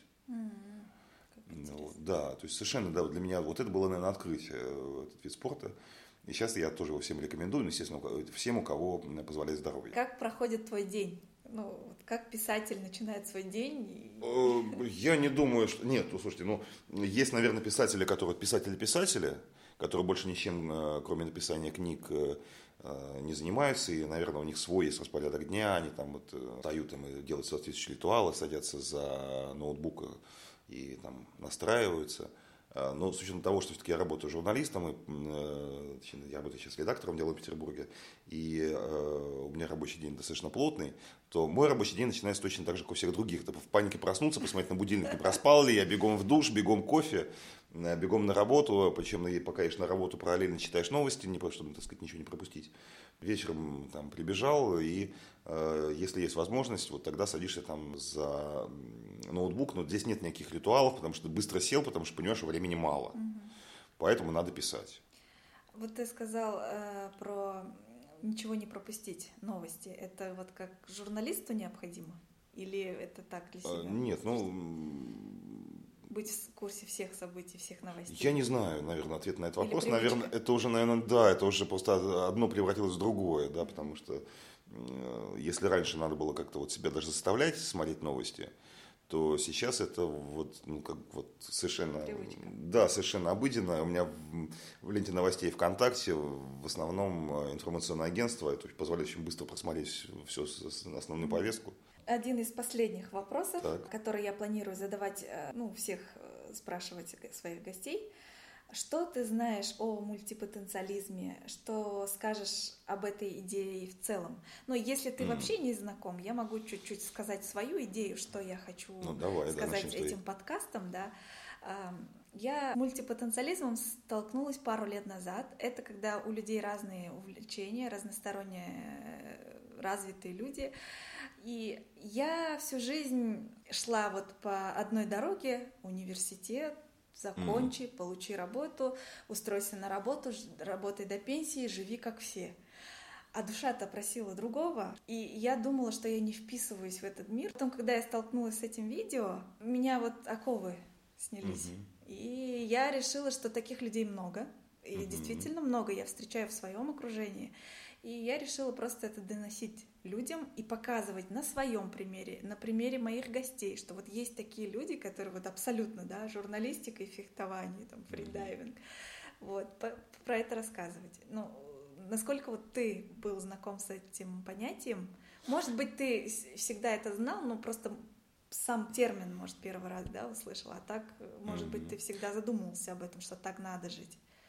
Да, то есть совершенно, да, для меня вот это было, наверное, открытие, этот вид спорта. И сейчас я тоже его всем рекомендую, естественно, всем, у кого позволяет здоровье. Как проходит твой день? Ну, как писатель начинает свой день? Я не думаю, что... Нет, слушайте, ну, есть, наверное, писатели, которые писатели-писатели, которые больше ничем, кроме написания книг, не занимаются, и, наверное, у них свой есть распорядок дня, они там вот встают и делают соответствующие ритуалы, садятся за ноутбук и там настраиваются. Но с учетом того, что все-таки я работаю журналистом, я работаю сейчас редактором дела в Петербурге, и у меня рабочий день достаточно плотный, то мой рабочий день начинается точно так же, как у всех других. Это в панике проснуться, посмотреть на будильник, не проспал ли я, бегом в душ, бегом кофе, бегом на работу, причем пока идешь на работу, параллельно читаешь новости, не просто, чтобы, так сказать, ничего не пропустить. Вечером там прибежал, и если есть возможность, вот тогда садишься там за ноутбук, но здесь нет никаких ритуалов, потому что ты быстро сел, потому что понимаешь, что времени мало. Поэтому надо писать. Вот ты сказал про ничего не пропустить, новости. Это вот как журналисту необходимо? Или это так для себя? Нет, быть в курсе всех событий, всех новостей? Я не знаю, наверное, ответ на этот вопрос. Наверное, это уже, наверное, да, это уже просто одно превратилось в другое, да, потому что если раньше надо было как-то вот себя даже заставлять смотреть новости, то сейчас это вот, ну, как вот совершенно, привычка. Да, совершенно обыденно. У меня в ленте новостей ВКонтакте в основном информационное агентство, это позволяет очень быстро просмотреть всю основную повестку. Один из последних вопросов, Так. который я планирую задавать, всех спрашивать своих гостей. Что ты знаешь о мультипотенциализме? Что скажешь об этой идее в целом? Но если ты вообще не знаком, я могу чуть-чуть сказать свою идею, что я хочу сказать этим подкастом. Да. Я с мультипотенциализмом столкнулась пару лет назад. Это когда у людей разные увлечения, разносторонне развитые люди. И я всю жизнь шла вот по одной дороге: университет, закончи, получи работу, устройся на работу, работай до пенсии, живи как все. А душа-то просила другого, и я думала, что я не вписываюсь в этот мир. Потом, когда я столкнулась с этим видео, у меня вот оковы снялись. И я решила, что таких людей много, и действительно много я встречаю в своем окружении. И я решила просто это доносить людям и показывать на своем примере, на примере моих гостей, что вот есть такие люди, которые вот абсолютно, да, журналистика и фехтование, там, фридайвинг, вот, про это рассказывать. Ну, насколько вот ты был знаком с этим понятием? Может быть, ты всегда это знал, но просто сам термин, может, первый раз, да, услышал, а так, может быть, ты всегда задумывался об этом, что так надо жить.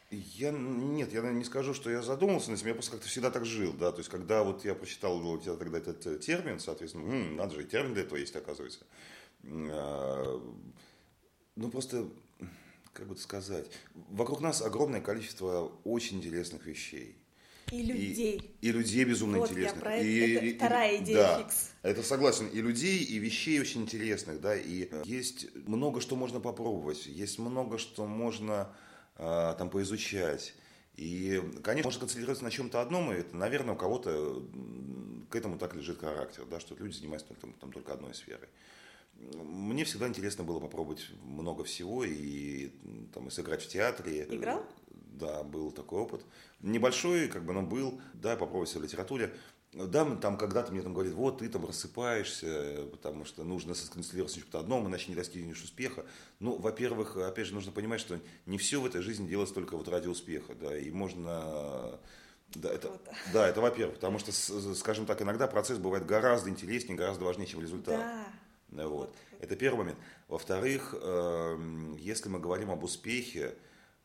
Нет, я наверное, не скажу, что я задумался на этим, я просто как-то всегда так жил, да, то есть, когда вот я прочитал у тебя тогда этот термин, соответственно, надо же, и термин для этого есть, оказывается. А, Ну, просто, как бы это сказать, вокруг нас огромное количество очень интересных вещей. И людей. И людей безумно Вот я интересных. про это. Это вторая идея да, фикс. это согласен. И людей, и вещей очень интересных, да. И есть много, что можно попробовать. Есть много, что можно там поизучать. И, конечно, можно концентрироваться на чем-то одном, и это, наверное, у кого-то к этому так лежит характер, да, что люди занимаются только одной сферой. Мне всегда интересно было попробовать много всего и, там, и сыграть в театре. Играл? Да, был такой опыт. Небольшой, как бы, но был. Да, попробовать себя в литературе. Да, там когда-то мне там говорят, вот ты там рассыпаешься, потому что нужно сконцентрироваться на чем-то одном, иначе не достигнешь успеха. Ну, во-первых, опять же, нужно понимать, что не все в этой жизни делается только вот ради успеха, да, и можно... Да, это во-первых, потому что, скажем так, иногда процесс бывает гораздо интереснее, гораздо важнее, чем результат. Да. Вот. Это первый момент. Во-вторых, если мы говорим об успехе,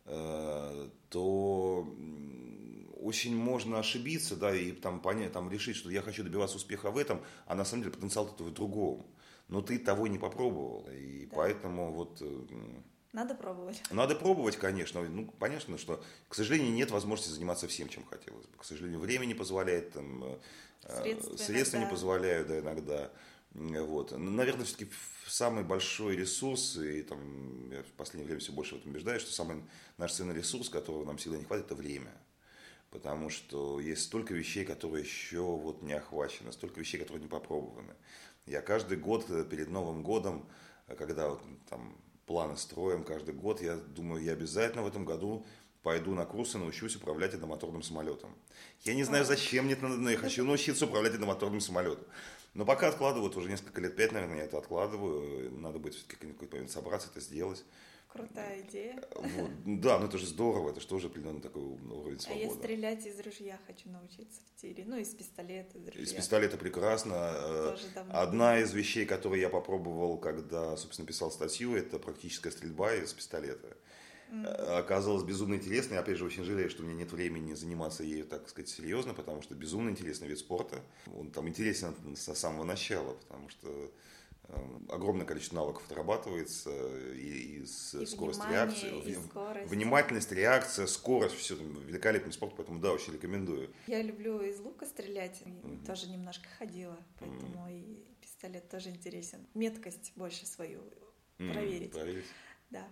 то очень можно ошибиться, да, и там понять, там решить, что я хочу добиваться успеха в этом, а на самом деле потенциал тут в другом. Но ты того не попробовал, и Да. поэтому вот... Надо пробовать. Надо пробовать, конечно. Ну, понятно, что, к сожалению, нет возможности заниматься всем, чем хотелось бы. К сожалению, время не позволяет, там, средства не позволяют, да, иногда. Вот. Наверное, все-таки самый большой ресурс, и там, я в последнее время все больше в этом убеждаюсь, что самый наш ценный ресурс, которого нам всегда не хватит, это время. Потому что есть столько вещей, которые еще вот не охвачены, столько вещей, которые не попробованы. Я каждый год перед Новым годом, когда вот, там, планы строим каждый год, я думаю, я обязательно в этом году пойду на курсы, научусь управлять одномоторным самолетом. Я не знаю, зачем мне это надо, но я хочу научиться управлять одномоторным самолетом. Но пока откладываю, вот уже несколько лет, 5, наверное, я это откладываю. Надо будет все-таки в какой-то момент собраться, это сделать. Крутая идея. Вот. Да, ну это же здорово, это же тоже определенный такой уровень свободы. А я стрелять из ружья хочу научиться в тире. Ну, из пистолета, из ружья. Из пистолета прекрасно. Одна из вещей, которые я попробовал, когда, собственно, писал статью, это практическая стрельба из пистолета. Оказалось безумно интересно. Я, опять же, очень жалею, что у меня нет времени заниматься ею, так сказать, серьезно, потому что безумно интересный вид спорта. Он там интересен с самого начала, потому что огромное количество навыков отрабатывается, и скорость реакции, и скорость. внимательность, реакция, скорость, все там великолепный спорт, поэтому да, очень рекомендую. Я люблю из лука стрелять, тоже немножко ходила, поэтому и пистолет тоже интересен. Меткость больше свою проверить. Да.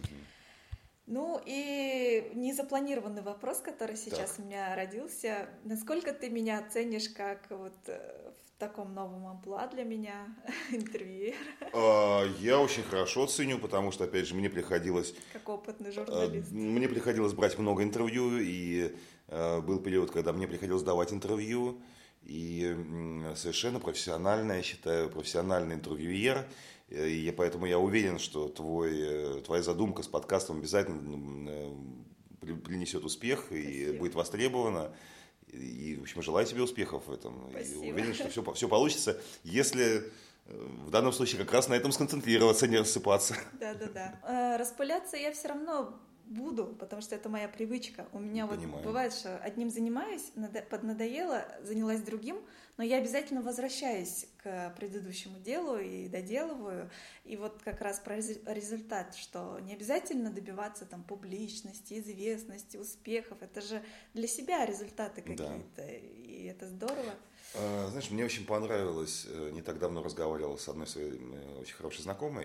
Ну и незапланированный вопрос, который сейчас у меня родился. Насколько ты меня ценишь как вот в таком новом амплуа для меня, интервьюер? Я очень хорошо ценю, потому что, опять же, мне приходилось... Как опытный журналист. Мне приходилось брать много интервью, и был период, когда мне приходилось давать интервью, и совершенно профессионально, я считаю, профессиональный интервьюер. И поэтому я уверен, что твоя задумка с подкастом обязательно принесет успех. Спасибо. И будет востребована. И, в общем, желаю тебе успехов в этом. Спасибо. И уверен, что все получится, если в данном случае как раз на этом сконцентрироваться, не рассыпаться. Да. Распыляться я все равно буду, потому что это моя привычка. У меня вот бывает, что одним занимаюсь, поднадоело, занялась другим, но я обязательно возвращаюсь к предыдущему делу и доделываю. И вот как раз про результат, что не обязательно добиваться там публичности, известности, успехов. Это же для себя результаты какие-то, и это здорово. Знаешь, мне очень понравилось, не так давно разговаривала с одной своей очень хорошей знакомой,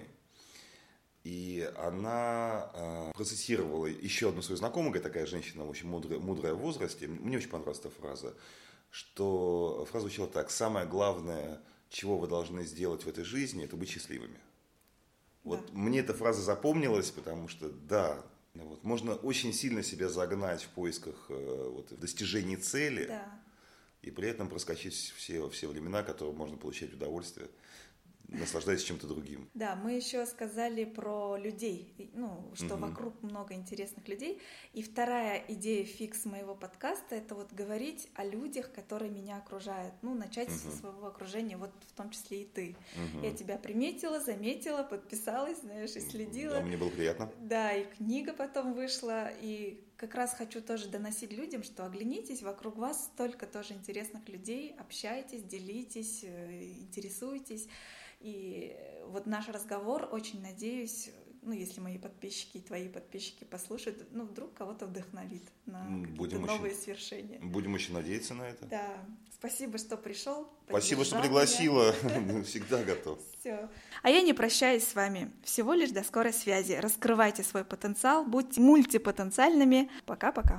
и она процитировала еще одну свою знакомую, такая женщина, очень мудрая в возрасте. Мне очень понравилась эта фраза, что фраза звучала так: самое главное, чего вы должны сделать в этой жизни, это быть счастливыми. Вот мне эта фраза запомнилась, потому что вот, можно очень сильно себя загнать в поисках достижения цели, и при этом проскочить все времена, которые можно получать удовольствие. наслаждаясь чем-то другим. Да, мы еще сказали про людей, что вокруг много интересных людей. И вторая идея фикс моего подкаста — это вот говорить о людях, которые меня окружают. Начать со своего окружения, вот в том числе и ты. Я тебя приметила, заметила, подписалась, знаешь, и следила. Да, мне было приятно. Да, и книга потом вышла, и как раз хочу тоже доносить людям, что оглянитесь, вокруг вас столько тоже интересных людей, общайтесь, делитесь, интересуйтесь. И вот наш разговор, очень надеюсь, если мои подписчики и твои подписчики послушают, вдруг кого-то вдохновит на какие-то новые свершения. Будем очень надеяться на это. Да. Спасибо, что пришел. Спасибо, что пригласила. Всегда готов. Все. А я не прощаюсь с вами. Всего лишь до скорой связи. Раскрывайте свой потенциал, будьте мультипотенциальными. Пока-пока.